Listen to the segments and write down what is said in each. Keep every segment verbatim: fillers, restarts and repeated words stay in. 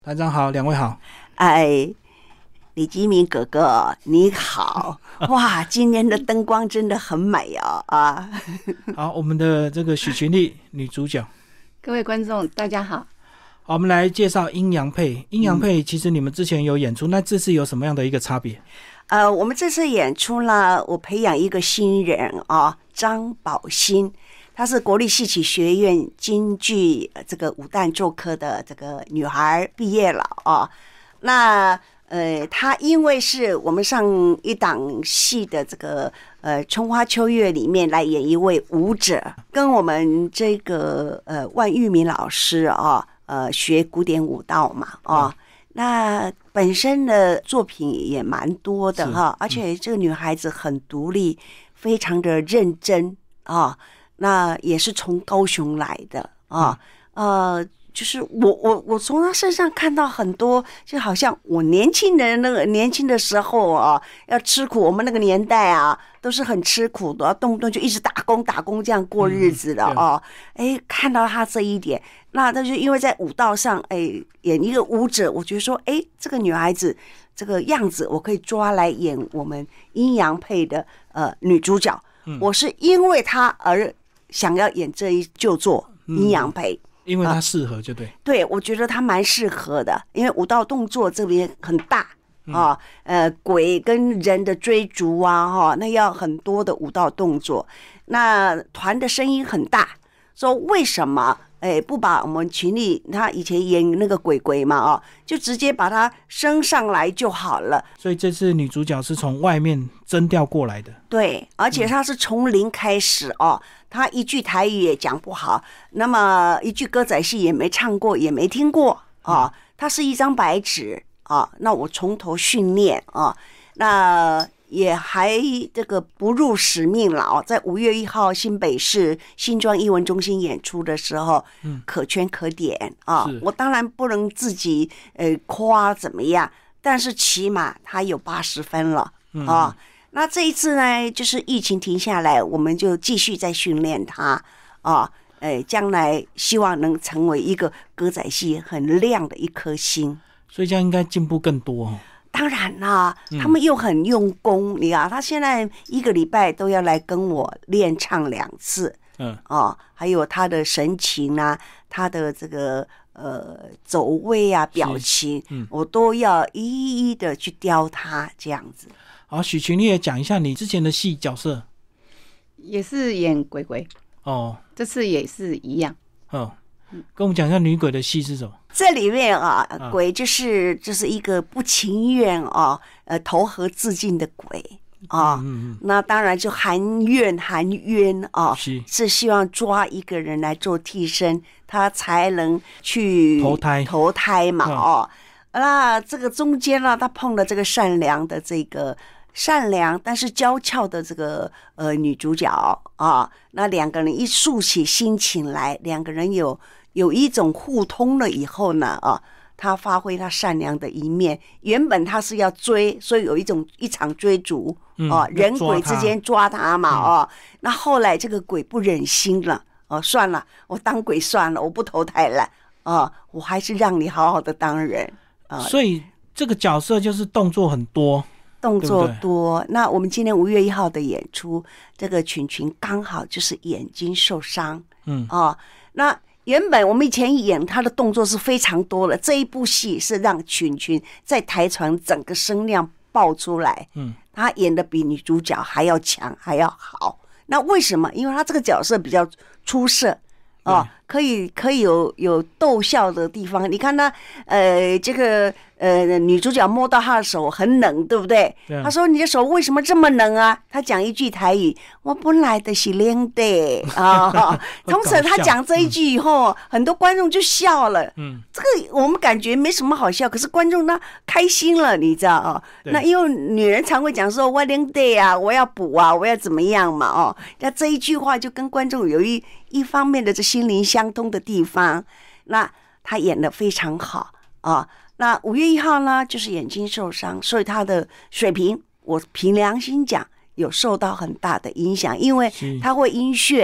台长好，两位好。 哎，李基明哥哥你好，哇，今天的灯光真的很美哦啊！ 好，我们的这个许群丽女主角， 各位观众大家好。 好，我们来介绍阴阳配。阴阳配其实你们之前有演出，那这次有什么样的一个差别？ 呃，我们这次演出呢，我培养一个新人啊，张宝欣。她是国立戏曲学院京剧这个武旦奏科的这个女孩毕业了啊。那呃，她因为是我们上一档戏的这个呃春花秋月里面来演一位舞者，跟我们这个呃万玉明老师啊，呃学古典舞蹈嘛啊。嗯，那本身的作品也蛮多的哈，而且这个女孩子很独立，非常的认真啊。那也是从高雄来的啊，呃，就是我我我从他身上看到很多，就好像我年轻人那个年轻的时候啊，要吃苦，我们那个年代啊，都是很吃苦的，动不动就一直打工打工这样过日子的啊。哎，看到他这一点，那那就因为在舞蹈上，哎，演一个舞者，我觉得说，哎，这个女孩子这个样子，我可以抓来演我们阴阳配的呃女主角。我是因为她而想要演这一就做阴阳配，嗯， 因为他适合就对，呃、 对，我觉得他蛮适合的，因为舞蹈动作这边很大啊，呃，鬼跟人的追逐啊，哈，那要很多的舞蹈动作，那团的声音很大，说为什么？哎，不把我们群里他以前演那个鬼鬼嘛，哦，就直接把他升上来就好了。 所以这次女主角是从外面征调过来的。 对，而且她是从零开始哦，她一句台语也讲不好，那么一句歌仔戏也没唱过，也没听过啊。她是一张白纸啊，那我从头训练啊，那。也还这个不入使命了，在五月一号新北市新庄艺文中心演出的时候，嗯，可圈可点啊。我当然不能自己呃夸怎么样，但是起码他有八十分了啊。嗯，那这一次呢，就是疫情停下来，我们就继续在训练他啊，哎，将来希望能成为一个歌仔戏很亮的一颗星。 所以这样应该进步更多哦。 当然啦，他们又很用功，嗯，你啊，他现在一个礼拜都要来跟我练唱两次，嗯，哦，还有他的神情啊，他的这个呃走位啊、表情，嗯，我都要一一的去雕他这样子。 好，许群丽也讲一下你之前的戏角色， 也是演鬼鬼哦，这次也是一样。 哦，跟我们讲一下女鬼的戏是什么？ 这里面啊，鬼就是就是一个不情愿啊，呃，投河自尽的鬼啊。嗯嗯，那当然就含怨含冤啊，是是希望抓一个人来做替身，他才能去投胎投胎嘛。嗯，哦，那这个中间呢，他碰了这个善良的这个善良但是娇俏的这个呃女主角啊，那两个人一竖起心情来，两个人有。有一种互通了以后呢，啊，他发挥他善良的一面。原本他是要追，所以有一种一场追逐，啊，嗯，人鬼之间抓他嘛，啊，嗯，那后来这个鬼不忍心了，哦，算了，我当鬼算了，我不投胎了，啊，我还是让你好好的当人，啊， 所以这个角色就是动作很多， 动作多。对对，那我们今年五月一号的演出，这个群群刚好就是眼睛受伤，嗯，啊，那。原本我们以前演他的动作是非常多的，这一部戏是让群群在台船整个声量爆出来，嗯，他演的比女主角还要强还要好。那为什么？因为他这个角色比较出色哦，可以可以有有逗笑的地方。你看他呃这个呃女主角摸到他的手很冷，对不对？对，他说你的手为什么这么冷啊？他讲一句台语，我本来的是冷的啊。从此他讲这一句以后，嗯，很多观众就笑了。嗯，这个我们感觉没什么好笑，可是观众呢开心了，你知道啊？那因为女人常会讲说我冷的啊，我要补啊，我要怎么样嘛？哦，那这一句话就跟观众有一一方面的这心灵相通的地方。那他演得非常好啊。那五月一号呢，就是眼睛受伤，所以他的水平，我凭良心讲，有受到很大的影响，因为他会晕眩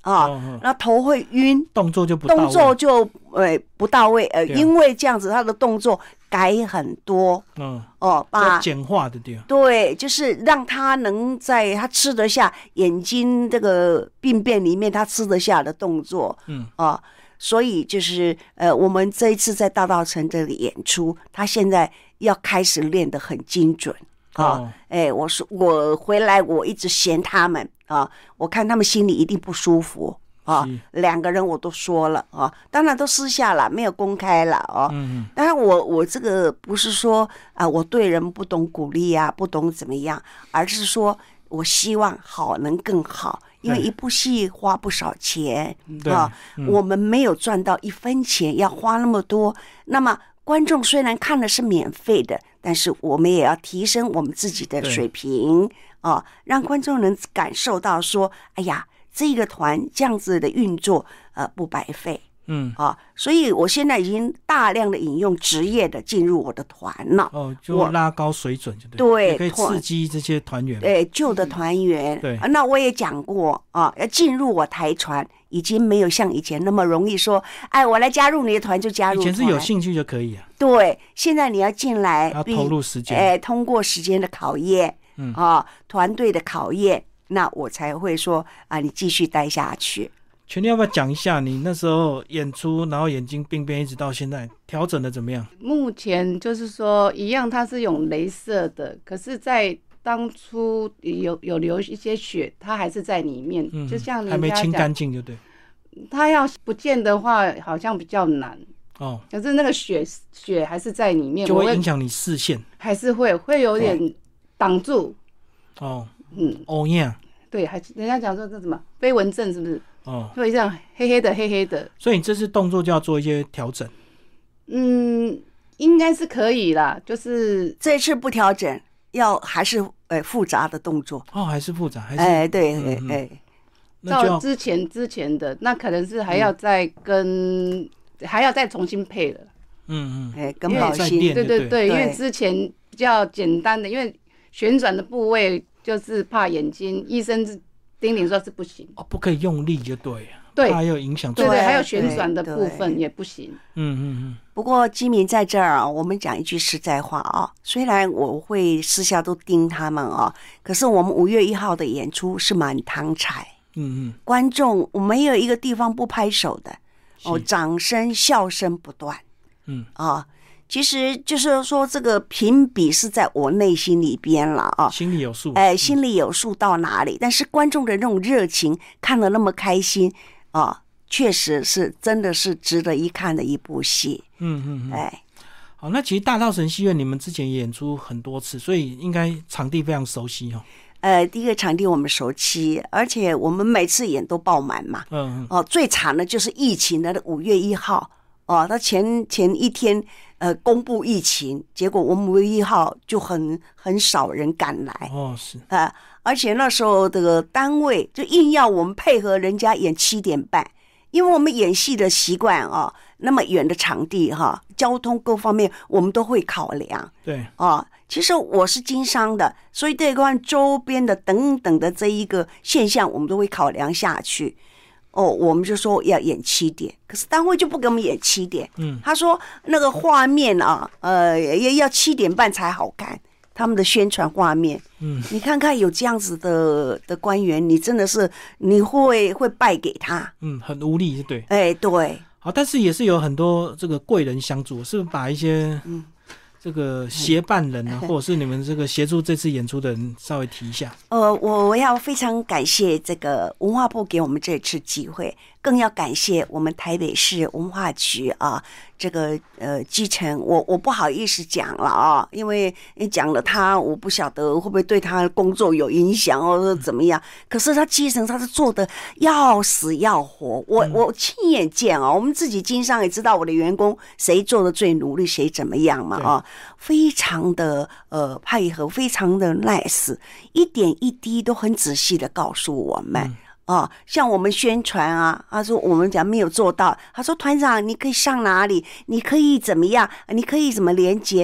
啊，那、哦、头会晕， 动作就不到位， 动作就呃不到位，呃，因为这样子他的动作改很多，嗯，哦，把简化的对， 对，就是让他能在他吃得下眼睛这个病变里面，他吃得下的动作，嗯啊。所以就是呃，我们这一次在大稻埕这里演出，他现在要开始练得很精准啊！哦、哎，我说我回来，我一直嫌他们啊，我看他们心里一定不舒服啊。两个人我都说了啊，当然都私下了，没有公开了哦。嗯。当然我我这个不是说啊，我对人不懂鼓励啊，不懂怎么样，而是说我希望好能更好。因为一部戏花不少钱啊、嗯，我们没有赚到一分钱，要花那么多。那么观众虽然看的是免费的，但是我们也要提升我们自己的水平啊，让观众能感受到说，哎呀，这个团这样子的运作，呃，不白费。嗯啊，所以我现在已经大量的引用职业的进入我的团了。 哦，就拉高水准就对， 对， 也可以刺激这些团员。 对，旧的团员。嗯、对、啊，那我也讲过啊，要进入我台船，已经没有像以前那么容易说，哎，我来加入你的团就加入团。 以前是有兴趣就可以啊。 对，现在你要进来， 要投入时间， 哎，通过时间的考验，嗯啊，团队的考验，那我才会说啊，你继续待下去。 全力要不要讲一下你那时候演出，然后眼睛病变一直到现在调整的怎么样？ 目前就是说一样，它是用雷射的，可是在当初有有流一些血，它还是在里面，嗯、就像人家还没清干净，就对。 它要不见的话，好像比较难哦。可是那个血血还是在里面， 就会影响你视线， 还是会会有点挡住。 哦，嗯，哦呀， 对，还人家讲说这什么飞蚊症是不是？哦，会这样黑黑的黑黑的， 所以你这次动作就要做一些调整。 嗯，应该是可以啦，就是这次不调整，要还是呃复杂的动作哦，还是复杂，还是哎对哎、嗯、哎， 照之前之前的那可能是还要再跟、嗯、还要再重新配了。 嗯嗯，哎，跟保心， 对对对，因为之前比较简单的，因为旋转的部位就是怕眼睛，医生是。叮咛说是不行哦，不可以用力就对了， 对， 还有影响， 对对，还有旋转的部分也不行。 嗯嗯嗯。 不过基民在这儿啊，我们讲一句实在话啊，虽然我会私下都盯他们啊，可是我们五月一号的演出是满堂彩，嗯嗯，观众我没有一个地方不拍手的，哦，掌声笑声不断，嗯啊。其实就是说，这个评比是在我内心里边了啊， 心里有数， 哎，心里有数到哪里？但是观众的那种热情，看得那么开心啊，确实是真的是值得一看的一部戏。嗯嗯嗯，哎， 好，那其实大稻埕戏院你们之前演出很多次，所以应该场地非常熟悉哦。 呃，第一个场地我们熟悉，而且我们每次演都爆满嘛。嗯嗯。哦，最惨的就是疫情的五月一号哦，他前前一天。呃，公布疫情，结果我们五月一号就很很少人敢来哦，是啊、呃，而且那时候这个单位就硬要我们配合人家演七点半，因为我们演戏的习惯啊，那么远的场地哈，交通各方面我们都会考量。 对啊，其实我是经商的，所以对关周边的等等的这一个现象，我们都会考量下去。哦，我们就说要演七点，可是单位就不给我们演七点。嗯，他说那个画面啊，呃，要要七点半才好看，他们的宣传画面。嗯，你看看有这样子的的官员，你真的是你会会败给他。 嗯，很无力，对。 哎，对。 好，但是也是有很多这个贵人相助，是不是把一些嗯。这个协办人啊，或者是你们这个协助这次演出的人，稍微提一下。 呃，我我要非常感谢这个文化部给我们这次机会，更要感谢我们台北市文化局啊，这个呃基层，我我不好意思讲了啊，因为你讲了他，我不晓得会不会对他的工作有影响或者怎么样。可是他基层他是做的要死要活，我我亲眼见啊，我们自己经商也知道我的员工谁做的最努力，谁怎么样嘛啊。非常的呃配合，非常的 nice， 一点一滴都很仔细的告诉我们、嗯、啊，像我们宣传啊，他说我们讲没有做到，他说团长你可以上哪里，你可以怎么样，你可以怎么连接，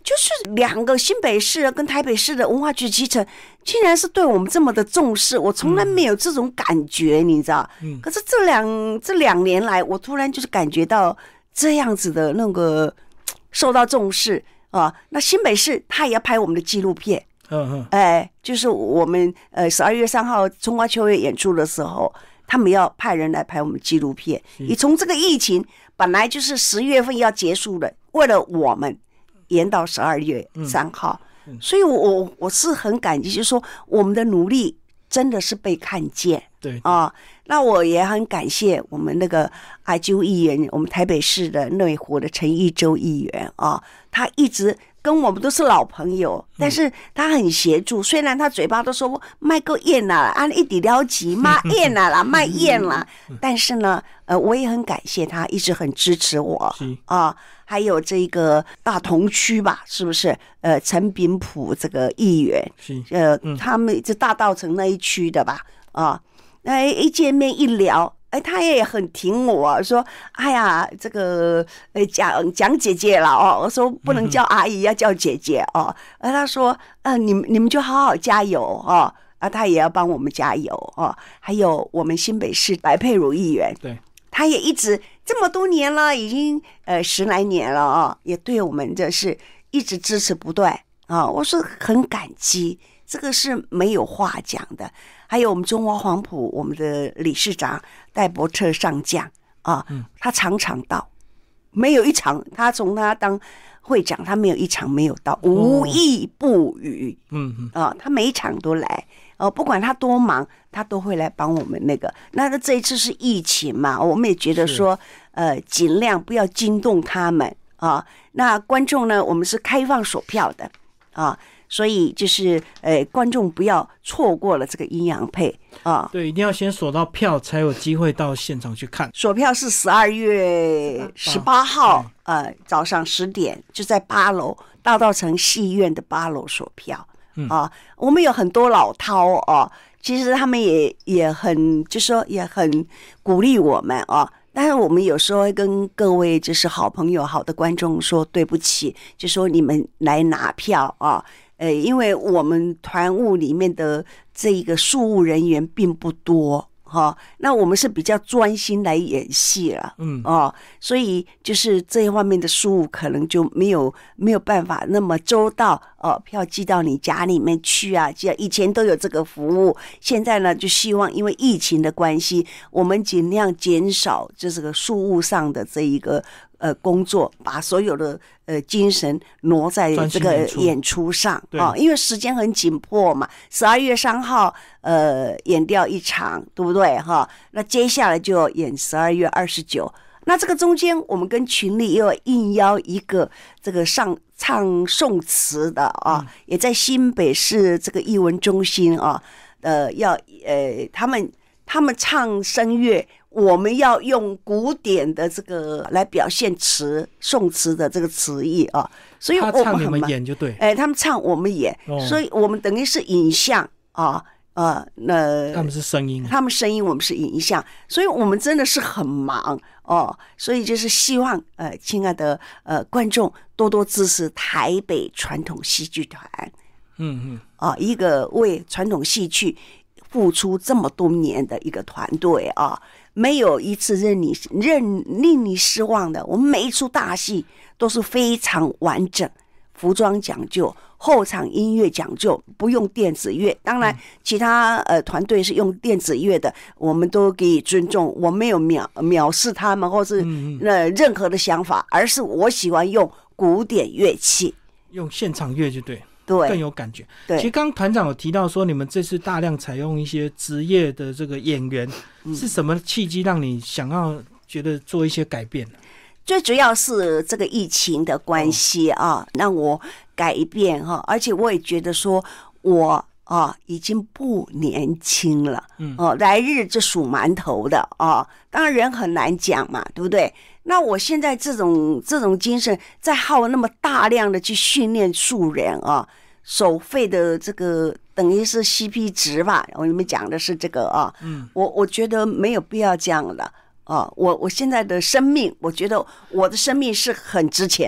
就是两个新北市跟台北市的文化局基层，竟然是对我们这么的重视，我从来没有这种感觉，嗯、你知道？嗯。可是这两这两年来，我突然就是感觉到这样子的那个受到重视啊。那新北市他也要拍我们的纪录片。嗯嗯，哎，就是我们呃十二月三号中华秋月演出的时候，他们要派人来拍我们纪录片。你从这个疫情本来就是十月份要结束的，为了我们延到十二月三号，嗯嗯、所以我我我是很感激，就是说我们的努力真的是被看见。 对啊，那我也很感谢我们那个阿啾议员，我们台北市的内湖的陈义洲议员啊，他一直。跟我们都是老朋友，但是他很协助。虽然他嘴巴都说卖够厌了，按一底了急，骂厌了啦，卖厌了，但是呢，呃，我也很感谢他，一直很支持我啊。还有这个大同区吧，是不是？呃，陈炳普这个议员，呃，他们这大稻埕那一区的吧，啊，那一见面一聊。哎，他也很挺我，说：“哎呀，这个呃，蒋蒋姐姐了哦。”我说：“不能叫阿姨，要叫姐姐哦。”而他说：“呃，你们你们就好好加油哦。”啊，他也要帮我们加油哦。还有我们新北市白佩如议员， 对， 他也一直这么多年了，已经呃十来年了啊、哦，也对我们这是一直支持不断啊、哦。我是很感激，这个是没有话讲的。还有我们中华黄埔，我们的理事长戴伯彻上将啊，他场场到，没有一场，他从他当会长，他没有一场没有到，无意不语。嗯啊，他每一场都来，哦、啊，不管他多忙，他都会来帮我们那个。那这一次是疫情嘛，我们也觉得说，呃，尽量不要惊动他们啊。那观众呢，我们是开放售票的啊。所以就是呃，观众不要错过了这个阴阳配啊！ 对，一定要先锁到票，才有机会到现场去看。 锁票是十二月十八号，呃，早上十点就在八楼大稻埕戏院的八楼锁票、嗯、啊。我们有很多老饕啊，其实他们也也很，就说也很鼓励我们啊。但是我们有时候会跟各位就是好朋友、好的观众说对不起，就说你们来拿票啊。呃，因为我们团务里面的这一个庶务人员并不多哈，那我们是比较专心来演戏了，嗯哦，所以就是这一方面的庶务可能就没有没有办法那么周到哦，票寄到你家里面去啊，以前都有这个服务，现在呢就希望因为疫情的关系，我们尽量减少就是个庶务上的这一个。呃，工作把所有的呃精神挪在这个演出上啊、哦，因为时间很紧迫嘛。十二月三号呃演掉一场，对不对哈、哦？那接下来就演十二月二十九。那这个中间，我们跟群里又应邀一个这个上唱诵词的啊、嗯，也在新北市这个艺文中心啊，呃，要呃他们他们唱声乐。我们要用古典的这个来表现词宋词的这个词义啊，所以我们他唱你们演就对， 哎，他们唱我们演，哦、所以我们等于是影像啊，呃，那他们是声音， 他们声音，我们是影像，所以我们真的是很忙哦，所以就是希望呃，亲爱的呃观众多多支持台北传统戏剧团，嗯嗯，啊，一个为传统戏剧付出这么多年的一个团队啊。没有一次让你让令你失望的，我们每一出大戏都是非常完整，服装讲究，后场音乐讲究，不用电子乐。当然，其他呃团队是用电子乐的，我们都给予尊重，我没有藐藐视他们或是呃任何的想法，而是我喜欢用古典乐器， 用现场乐就对。 对， 更有感觉。 对， 其实刚刚团长有提到说，你们这次大量采用一些职业的这个演员，嗯、是什么契机让你想要觉得做一些改变呢？ 最主要是这个疫情的关系啊，哦、让我改变哈，而且我也觉得说我啊已经不年轻了，嗯，哦，来日就数馒头的啊，当然人很难讲嘛，对不对？那我现在这种这种精神，在耗那么大量的去训练素人啊，手费的这个等于是 C P 值吧，我你们讲的是这个啊，嗯，我我觉得没有必要这样了啊，我我现在的生命，我觉得我的生命是很值钱的。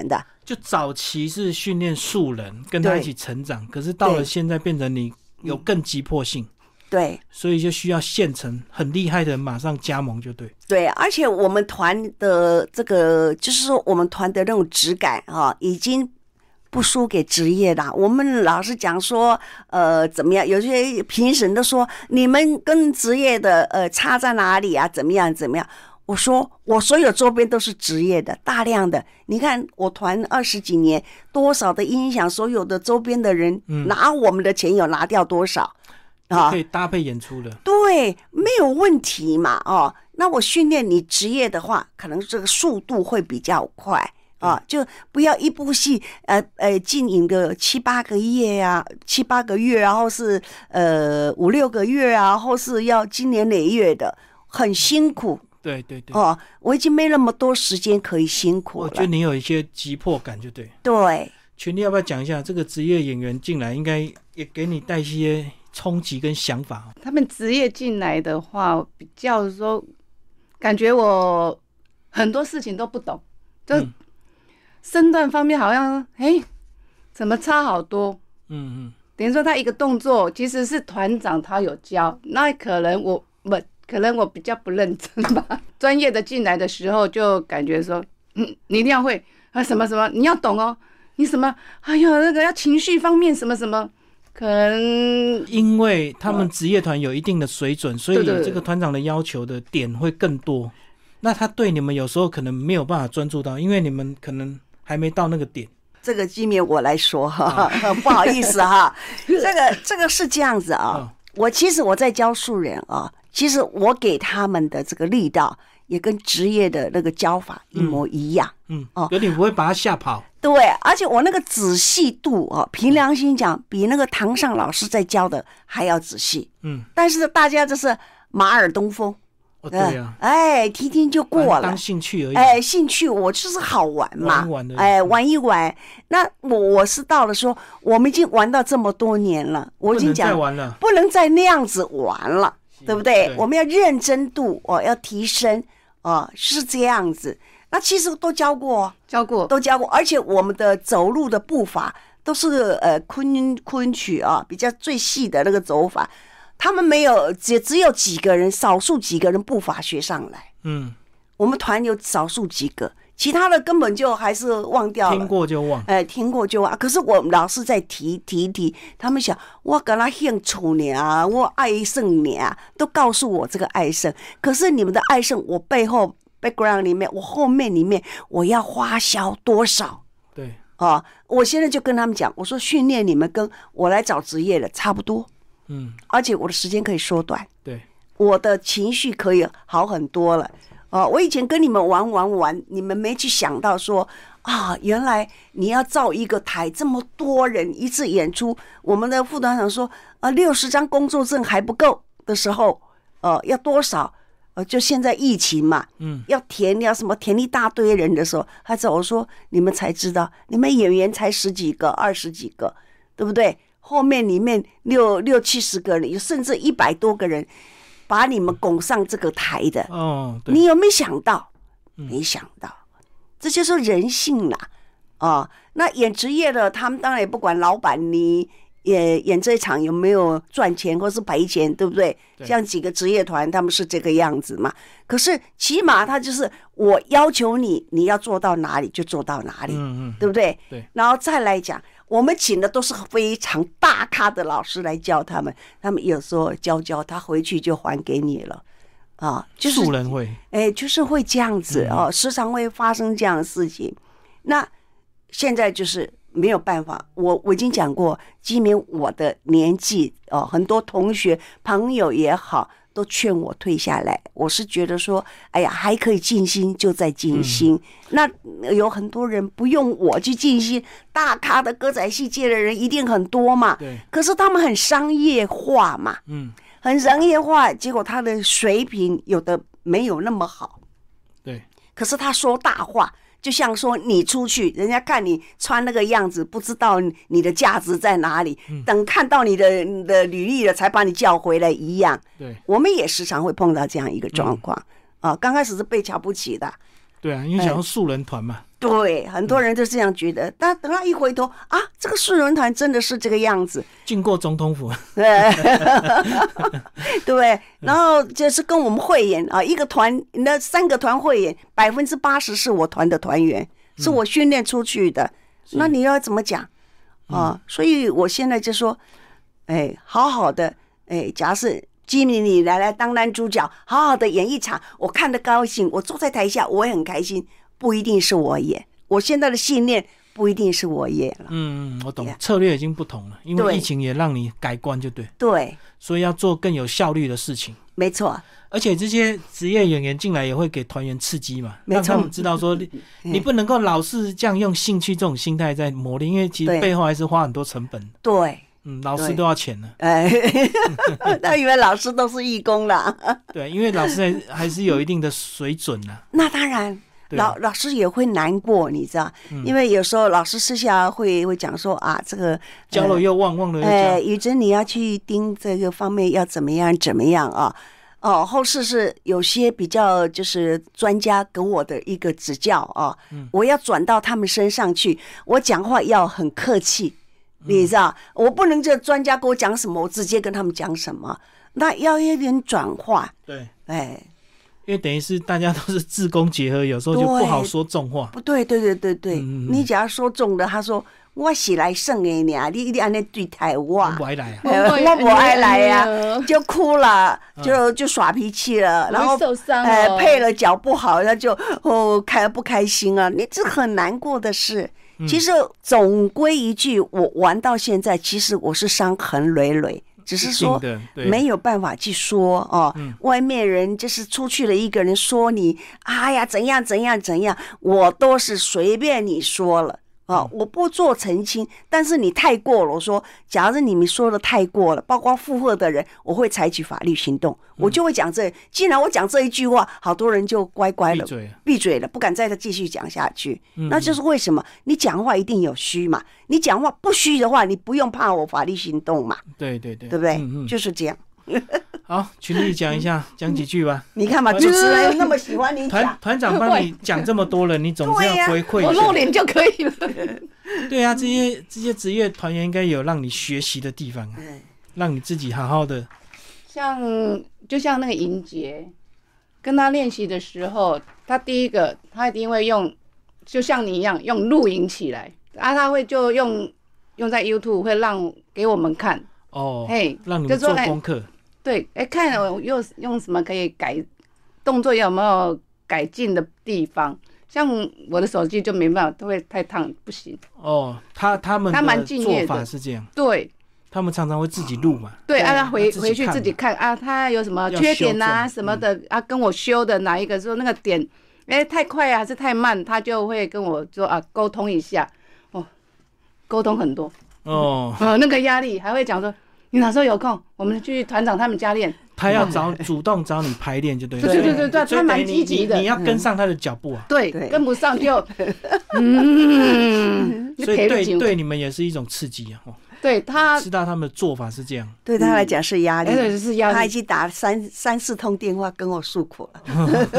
就早期是训练素人跟他一起成长，可是到了现在变成你有更急迫性， 对， 所以就需要现成很厉害的人马上加盟就对。 对，而且我们团的这个就是说我们团的那种质感啊，已经不输给职业啦。我们老是讲说呃怎么样，有些评审都说你们跟职业的呃差在哪里啊，怎么样怎么样。我说我所有周边都是职业的，大量的，你看我团二十几年，多少的音响，所有的周边的人、嗯、拿我们的钱有拿掉多少啊？可以搭配演出的， 对，没有问题嘛。哦，那我训练你职业的话，可能这个速度会比较快啊，就不要一部戏呃呃经营个七八个月啊，七八个月，然后是呃五六个月啊，或是要经年累月的，很辛苦。 对对对， 哦，我已经没那么多时间可以辛苦了。 我觉得你有一些急迫感，就对。 对， 权利要不要讲一下这个职业演员进来，应该也给你带一些冲击跟想法？ 他们职业进来的话，比较说，感觉我很多事情都不懂，就身段方面好像，哎、嗯，怎么差好多？嗯嗯，等于说他一个动作其实是团长他有教，那可能我我。可能我比较不认真吧，专业的进来的时候就感觉说，嗯，你一定要会啊，什么什么，你要懂哦，你什么，哎呦，那个要情绪方面什么什么，可能因为他们职业团有一定的水准，所以这个团长的要求的点会更多。那他对你们有时候可能没有办法专注到，因为你们可能还没到那个点。 这个机面我来说哈、啊，不好意思哈，这个这个是这样子啊，哦、我其实我在教素人啊。其实我给他们的这个力道也跟职业的那个教法一模一样， 嗯，嗯哦，有点不会把他吓跑。 对，而且我那个仔细度哦，凭良心讲，比那个堂上老师在教的还要仔细。嗯，但是大家就是马耳东风， 哦，对呀、啊， 哎，听听就过了， 当兴趣而已。 哎，兴趣我就是好玩嘛， 玩玩的， 哎，玩一玩。那我我是到了说，我们已经玩到这么多年了，我已经讲不能再玩了， 不能再那样子玩了。对不对？对，我们要认真度哦，要提升哦，是这样子。那其实都教过， 教过， 都教过，而且我们的走路的步伐都是呃昆昆曲啊，比较最细的那个走法。他们没有，只只有几个人，少数几个人步伐学上来。嗯，我们团有少数几个。其他的根本就还是忘掉了， 听过就忘， 哎，听过就忘。可是我老是在提提提，他们想我跟他兴趣呢，我爱胜呢，都告诉我这个爱胜。可是你们的爱胜，我背后 background 里面，我后面里面，我要花销多少？ 对， 啊，我现在就跟他们讲，我说训练你们跟我来找职业的差不多，嗯，而且我的时间可以缩短， 对， 我的情绪可以好很多了。哦，我以前跟你们玩玩玩，你们没去想到说啊，原来你要造一个台，这么多人一次演出。我们的副团长说，啊，六十张工作证还不够的时候，呃，要多少？呃，就现在疫情嘛，嗯，要填要什么填一大堆人的时候，他找我说，你们才知道，你们演员才十几个、二十几个，对不对？后面里面六六七十个人，甚至一百多个人。把你们拱上这个台的，哦，你有没有想到？没想到，这就是人性啦，哦，那演职业的，他们当然也不管老板你也演这一场有没有赚钱或是赔钱，对不对？ 对， 像几个职业团，他们是这个样子嘛。可是起码他就是我要求你，你要做到哪里就做到哪里，嗯嗯，对不对？ 对， 然后再来讲。我们请的都是非常大咖的老师来教他们，他们有时候教教他回去就还给你了，啊，就是素人会， 哎，就是会这样子哦，嗯、时常会发生这样的事情。那现在就是没有办法，我我已经讲过，今年我的年纪哦，很多同学朋友也好。都劝我退下来，我是觉得说，哎呀，还可以尽心就在尽心。嗯、那有很多人不用我去尽心，大咖的歌仔戏界的人一定很多嘛。 对。 可是他们很商业化嘛，嗯，很商业化，结果他的水平有的没有那么好。 对。 可是他说大话。就像说你出去，人家看你穿那个样子，不知道你的价值在哪里，嗯、等看到你的你的履历了，才把你叫回来一样。 对， 我们也时常会碰到这样一个状况、嗯、啊。刚开始是被瞧不起的， 对啊，因为想要素人团嘛。 对，很多人都这样觉得，但等他一回头啊，这个素人团真的是这个样子， 进过总统府， 对，对，然后就是跟我们会员啊，一个团那三个团会员，百分之八十是我团的团员，是我训练出去的，那你要怎么讲啊？所以我现在就说，哎，好好的，哎，假设基米你来来当男主角，好好的演一场，我看得高兴，我坐在台下我也很开心。不一定是我演，我现在的信念不一定是我演了。 嗯，我懂， yeah. 策略已经不同了，因为疫情也让你改观，就对。对，所以要做更有效率的事情。 没错， 而且这些职业演员进来也会给团员刺激嘛，让他们知道说你你不能够老是这样用兴趣这种心态在磨练，因为其实背后还是花很多成本。对。嗯，老师都要钱了。哎， 他以为老师都是义工啦。 对，因为老师还是有一定的水准啦。 那当然。老老师也会难过，你知道，嗯、因为有时候老师私下会会讲说啊，这个教了又忘，忘了又教。哎， 宇珍你要去盯这个方面要怎么样怎么样啊？哦，后事是有些比较就是专家给我的一个指教啊，嗯、我要转到他们身上去，我讲话要很客气，你知道，嗯、我不能这专家给我讲什么，我直接跟他们讲什么，那要有点转化。对，哎。 因为等于是大家都是志工结合，有时候就不好说重话。 不对，对对对对，嗯、你只要说重的，他说我是来胜的呢，你你安尼对待我， 我不爱来啊， 我不爱来呀、啊，就哭了，就就耍脾气了，然后受伤了， 呃，配了脚不好，他就哦开不开心啊，你这很难过的事。嗯、其实总归一句，我玩到现在，其实我是伤痕累累。只是说没有办法去说哦，嗯、外面人就是出去了一个人说你，哎呀怎样怎样怎样，我都是随便你说了哦，嗯、我不做澄清，但是你太过了。我说，假如你们说的太过了，包括附和的人，我会采取法律行动，嗯、我就会讲这。既然我讲这一句话，好多人就乖乖了，闭嘴了，闭嘴了，不敢再继续讲下去。嗯、那就是为什么？你讲话一定有虚嘛。你讲话不虚的话，你不用怕我法律行动嘛？ 对对对， 对不对？嗯嗯就是这样。 好，群力讲一下，讲几句吧。 你看嘛，主持人那么喜欢你讲， 团团长帮你讲这么多了，你总是要回馈一下。 我露脸就可以了。 对啊，这些这些职业团员应该有让你学习的地方啊，让你自己好好的。 像就像那个莹洁，跟他练习的时候，他第一个他一定会用，就像你一样用录影起来。啊，他会就用用在 YouTube 会让给我们看哦，嘿，让你们做功课。 对，哎，看我又用什么可以改动作，有没有改进的地方？像我的手机就没办法，都会太烫，不行。 哦，他他们的做法是这样， 对， 他们常常会自己录嘛。 对啊，他回回去自己看啊，他有什么缺点啊什么的、嗯、啊，跟我修的哪一个说那个点，哎，太快啊还是太慢，他就会跟我说啊，沟通一下。沟通很多哦，呃，那个压力还会讲说，你哪时候有空，我们去团长他们家练。 他要找主动找你排练就对了。 对对对对，他蛮积极的。 你要跟上他的脚步啊。 对，跟不上就，嗯， 所以对对你们也是一种刺激啊。 对他知道他们的做法是这样， 对他来讲是压力， 对、嗯、是压力。 他已经打三三四通电话跟我诉苦了。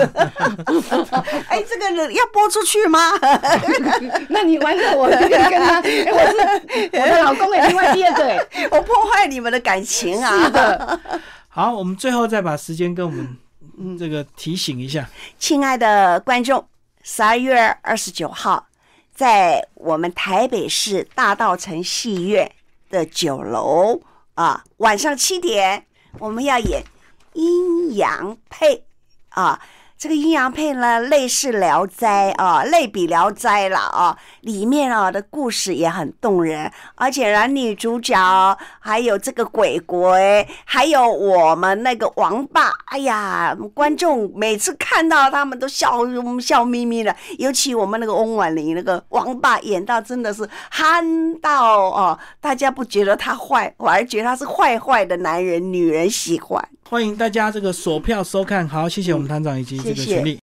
哎，这个人要播出去吗？ 那你完了，我跟他，哎，我是我的老公哎，另外第二个哎， 我破坏你们的感情啊！ 是的。 好，我们最后再把时间跟我们这个提醒一下， 亲爱的观众，十二月二十九号，在我们台北市大稻埕戏院的九楼啊，晚上七点，我们要演阴阳配啊。这个阴阳配呢，类似《聊斋》啊，类比《聊斋》了啊。里面啊的故事也很动人，而且男女主角还有这个鬼鬼，还有我们那个王爸，哎呀，观众每次看到他们都笑笑眯眯的。尤其我们那个翁婉玲那个王爸演到真的是憨到哦，大家不觉得他坏，反而觉得他是坏坏的男人，女人喜欢。 欢迎大家这个锁票收看，好，谢谢我们团长以及这个群力。